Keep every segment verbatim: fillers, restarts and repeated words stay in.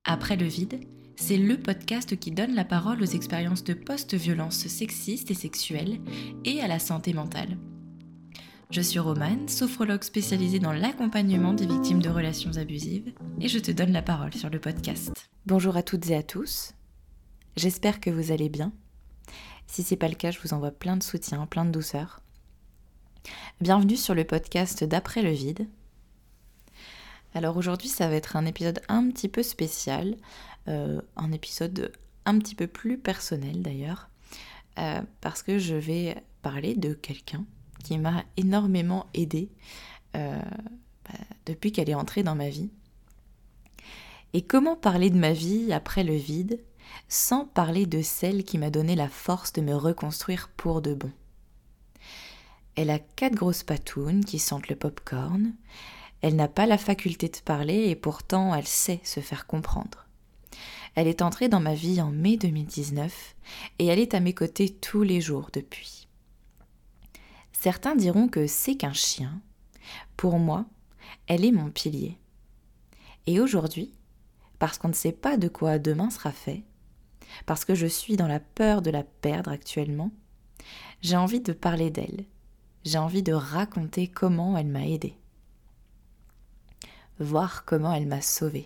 Après le vide, c'est le podcast qui donne la parole aux expériences de post-violence sexistes et sexuelles et à la santé mentale. Je suis Romane, sophrologue spécialisée dans l'accompagnement des victimes de relations abusives, et je te donne la parole sur le podcast. Bonjour à toutes et à tous, j'espère que vous allez bien. Si c'est pas le cas, je vous envoie plein de soutien, plein de douceur. Bienvenue sur le podcast d'Après le vide. Alors aujourd'hui, ça va être un épisode un petit peu spécial, euh, un épisode un petit peu plus personnel d'ailleurs, euh, parce que je vais parler de quelqu'un qui m'a énormément aidée euh, bah, depuis qu'elle est entrée dans ma vie. Et comment parler de ma vie après le vide sans parler de celle qui m'a donné la force de me reconstruire pour de bon. Elle a quatre grosses patounes qui sentent le pop-corn. Elle n'a pas la faculté de parler et pourtant elle sait se faire comprendre. Elle est entrée dans ma vie en mai deux mille dix-neuf et elle est à mes côtés tous les jours depuis. Certains diront que c'est qu'un chien. Pour moi, elle est mon pilier. Et aujourd'hui, parce qu'on ne sait pas de quoi demain sera fait, parce que je suis dans la peur de la perdre actuellement, j'ai envie de parler d'elle. J'ai envie de raconter comment elle m'a aidée. Voir comment elle m'a sauvée.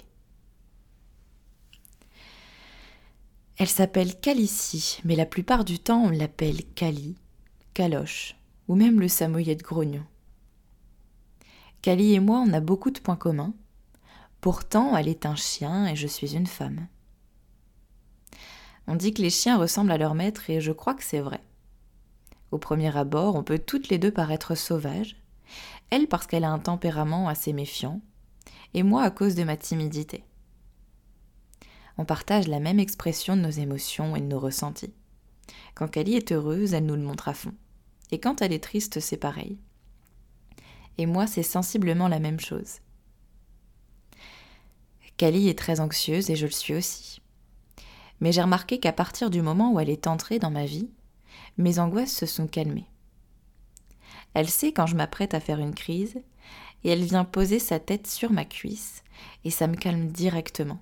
Elle s'appelle Calicie, mais la plupart du temps on l'appelle Cali, Caloche, ou même le samoyède grognon. Cali et moi, on a beaucoup de points communs. Pourtant, elle est un chien et je suis une femme. On dit que les chiens ressemblent à leur maître et je crois que c'est vrai. Au premier abord, on peut toutes les deux paraître sauvages, elle parce qu'elle a un tempérament assez méfiant, et moi à cause de ma timidité. On partage la même expression de nos émotions et de nos ressentis. Quand Cali est heureuse, elle nous le montre à fond. Et quand elle est triste, c'est pareil. Et moi, c'est sensiblement la même chose. Cali est très anxieuse et je le suis aussi. Mais j'ai remarqué qu'à partir du moment où elle est entrée dans ma vie, mes angoisses se sont calmées. Elle sait quand je m'apprête à faire une crise et elle vient poser sa tête sur ma cuisse et ça me calme directement.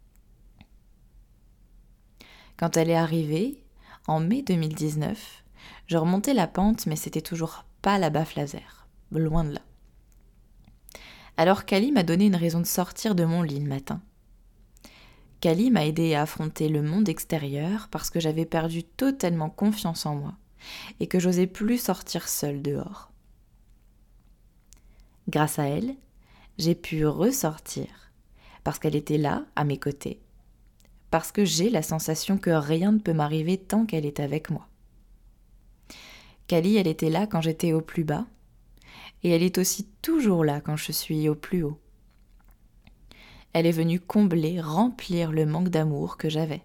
Quand elle est arrivée, en mai deux mille dix-neuf, je remontais la pente mais c'était toujours pas la baffe laser, loin de là. Alors Cali m'a donné une raison de sortir de mon lit le matin. Cali m'a aidé à affronter le monde extérieur parce que j'avais perdu totalement confiance en moi et que j'osais plus sortir seule dehors. Grâce à elle, j'ai pu ressortir parce qu'elle était là, à mes côtés, parce que j'ai la sensation que rien ne peut m'arriver tant qu'elle est avec moi. Cali, elle était là quand j'étais au plus bas et elle est aussi toujours là quand je suis au plus haut. Elle est venue combler, remplir le manque d'amour que j'avais.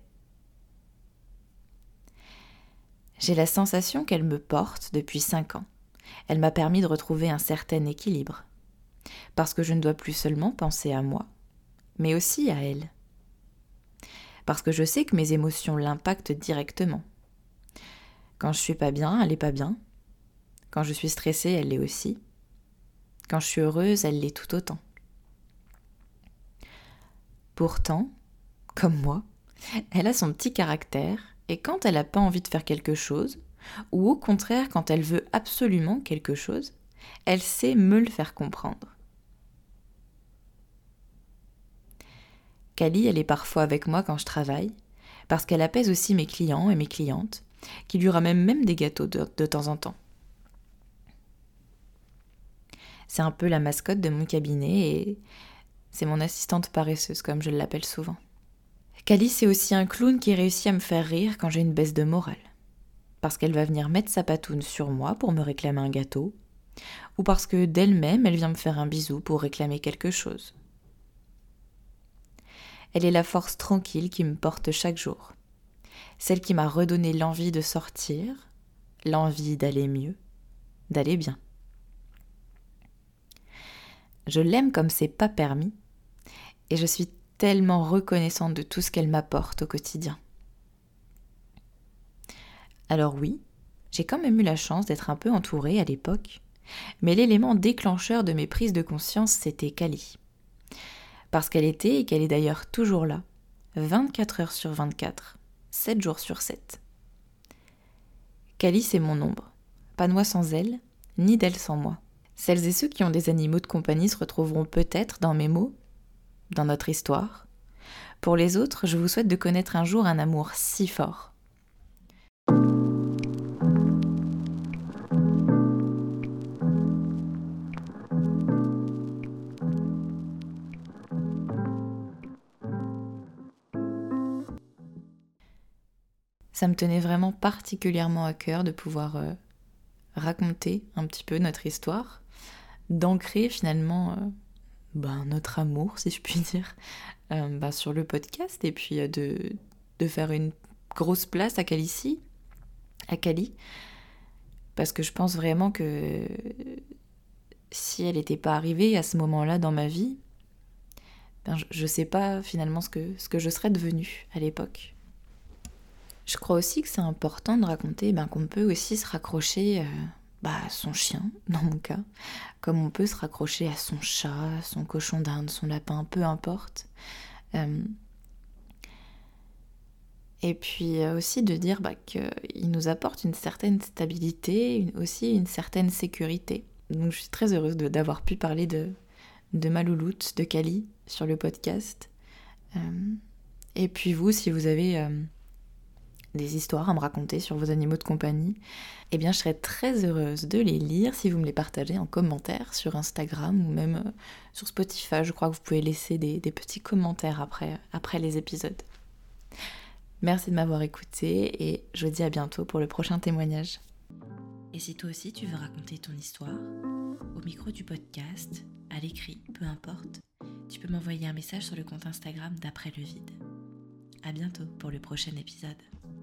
J'ai la sensation qu'elle me porte depuis cinq ans. Elle m'a permis de retrouver un certain équilibre. Parce que je ne dois plus seulement penser à moi, mais aussi à elle. Parce que je sais que mes émotions l'impactent directement. Quand je suis pas bien, elle est pas bien. Quand je suis stressée, elle l'est aussi. Quand je suis heureuse, elle l'est tout autant. Pourtant, comme moi, elle a son petit caractère et quand elle n'a pas envie de faire quelque chose, ou au contraire quand elle veut absolument quelque chose, elle sait me le faire comprendre. Cali, elle est parfois avec moi quand je travaille, parce qu'elle apaise aussi mes clients et mes clientes, qui lui ramènent même des gâteaux de, de temps en temps. C'est un peu la mascotte de mon cabinet et c'est mon assistante paresseuse, comme je l'appelle souvent. Cali, c'est aussi un clown qui réussit à me faire rire quand j'ai une baisse de morale. Parce qu'elle va venir mettre sa patoune sur moi pour me réclamer un gâteau, ou parce que d'elle-même, elle vient me faire un bisou pour réclamer quelque chose. Elle est la force tranquille qui me porte chaque jour. Celle qui m'a redonné l'envie de sortir, l'envie d'aller mieux, d'aller bien. Je l'aime comme c'est pas permis, et je suis tellement reconnaissante de tout ce qu'elle m'apporte au quotidien. Alors oui, j'ai quand même eu la chance d'être un peu entourée à l'époque, mais l'élément déclencheur de mes prises de conscience, c'était Cali. Parce qu'elle était, et qu'elle est d'ailleurs toujours là, vingt-quatre heures sur vingt-quatre, sept jours sur sept. Cali, c'est mon ombre. Pas de moi sans elle, ni d'elle sans moi. Celles et ceux qui ont des animaux de compagnie se retrouveront peut-être dans mes mots, dans notre histoire. Pour les autres, je vous souhaite de connaître un jour un amour si fort. Ça me tenait vraiment particulièrement à cœur de pouvoir euh, raconter un petit peu notre histoire, d'ancrer finalement euh, bah, notre amour, si je puis dire, euh, bah, sur le podcast, et puis euh, de, de faire une grosse place à Calici, à Cali, parce que je pense vraiment que si elle n'était pas arrivée à ce moment-là dans ma vie, ben, je ne sais pas finalement ce que, ce que je serais devenue à l'époque. Je crois aussi que c'est important de raconter ben, qu'on peut aussi se raccrocher euh, bah, à son chien, dans mon cas, comme on peut se raccrocher à son chat, son cochon d'Inde, son lapin, peu importe. Euh, et puis euh, aussi de dire bah, qu'il nous apporte une certaine stabilité, une, aussi une certaine sécurité. Donc je suis très heureuse de, d'avoir pu parler de, de ma louloute, de Cali, sur le podcast. Euh, et puis vous, si vous avez... Euh, des histoires à me raconter sur vos animaux de compagnie, eh bien je serais très heureuse de les lire si vous me les partagez en commentaire sur Instagram ou même euh, sur Spotify. Je crois que vous pouvez laisser des, des petits commentaires après, après les épisodes. Merci de m'avoir écouté et je vous dis à bientôt pour le prochain témoignage. Et si toi aussi tu veux raconter ton histoire, au micro du podcast, à l'écrit, peu importe, tu peux m'envoyer un message sur le compte Instagram d'Après le vide. À bientôt pour le prochain épisode.